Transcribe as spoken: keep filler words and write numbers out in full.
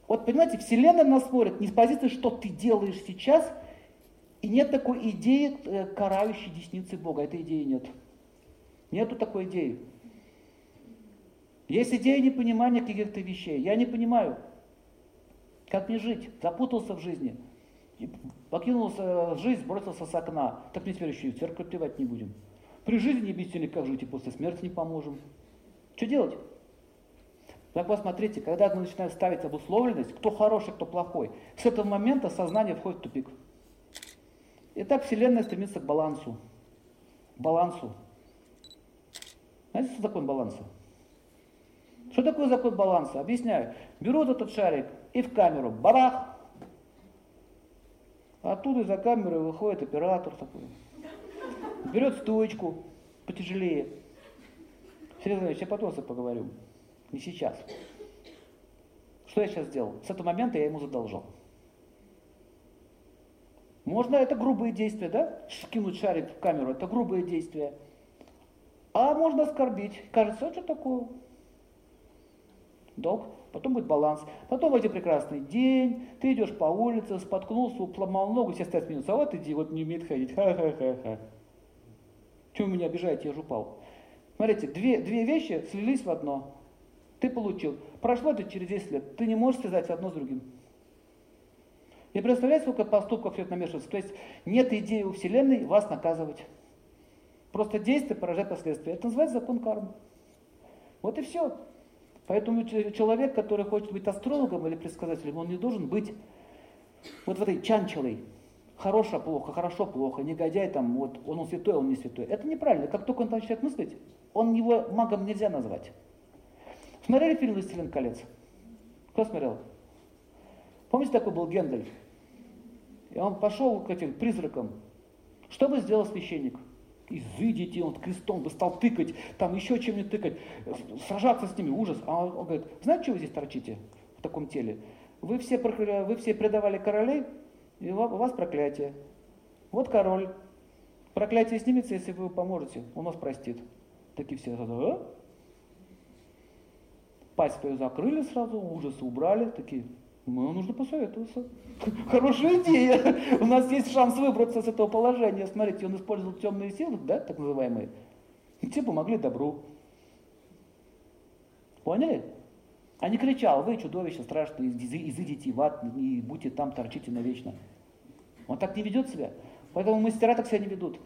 Вот понимаете, Вселенная нас смотрит не с позиции, что ты делаешь сейчас, и нет такой идеи э, карающей десницы Бога. Этой идеи нет. Нету такой идеи. Есть идея непонимания каких-то вещей. Я не понимаю, как мне жить. Запутался в жизни. Покинул жизнь, бросился с окна. Так мне теперь еще и в церковь плевать не будем. При жизни не объяснили, как жить, и после смерти не поможем. Что делать? Так вот, смотрите, когда мы начинаем ставить обусловленность, кто хороший, кто плохой, с этого момента сознание входит в тупик. И так Вселенная стремится к балансу. Балансу. Знаете, что закон баланса? Что такое закон баланса? Объясняю. Берут этот шарик и в камеру, бабах! Оттуда из-за камеры выходит оператор такой. Берет стоечку потяжелее. Сергей Владимирович, я потом с тобой поговорю. Не сейчас. Что я сейчас сделал? С этого момента я ему задолжал. Можно, это грубые действия, да? Кинуть шарик в камеру, это грубые действия. А можно оскорбить. Кажется, а что такое? Долг. Потом будет баланс. Потом в один прекрасный день ты идешь по улице, споткнулся, сломал ногу, все стоят смеются. А вот иди, вот не умеет ходить. Ха-ха-ха-ха. Чего вы меня обижаете, я же упал. Смотрите, две, две вещи слились в одно. Ты получил. Прошло это через десять лет. Ты не можешь связать одно с другим. И представляете, сколько поступков идет намешиваться. То есть нет идеи у Вселенной вас наказывать. Просто действие порождает последствия. Это называется закон кармы. Вот и все. Поэтому человек, который хочет быть астрологом или предсказателем, он не должен быть вот в этой чанчелой. Хорошо, плохо, хорошо, плохо, негодяй там, вот он, он святой, он не святой. Это неправильно. Как только он начинает мыслить, он его магом нельзя назвать. Смотрели фильм «Властелин колец»? Кто смотрел? Помните, такой был Гендальф? И он пошел к этим призракам. Что бы сделал священник? Изыдите, он крестом бы стал тыкать, там еще чем-нибудь тыкать, сражаться с ними, ужас. А он, он говорит, знаете, что вы здесь торчите в таком теле? Вы все, вы все предавали королей, и у вас проклятие. Вот король. Проклятие снимется, если вы поможете, он вас простит. Такие все, а? Пасть свою закрыли сразу, ужасы убрали, такие, ну, нужно посоветоваться. Хорошая идея. У нас есть шанс выбраться с этого положения. Смотрите, он использовал темные силы, да, так называемые. И те помогли добру. Поняли? А не кричал, вы чудовище страшное, изыдите в ад и будьте там, торчите навечно. Он так не ведет себя. Поэтому мастера так себя не ведут.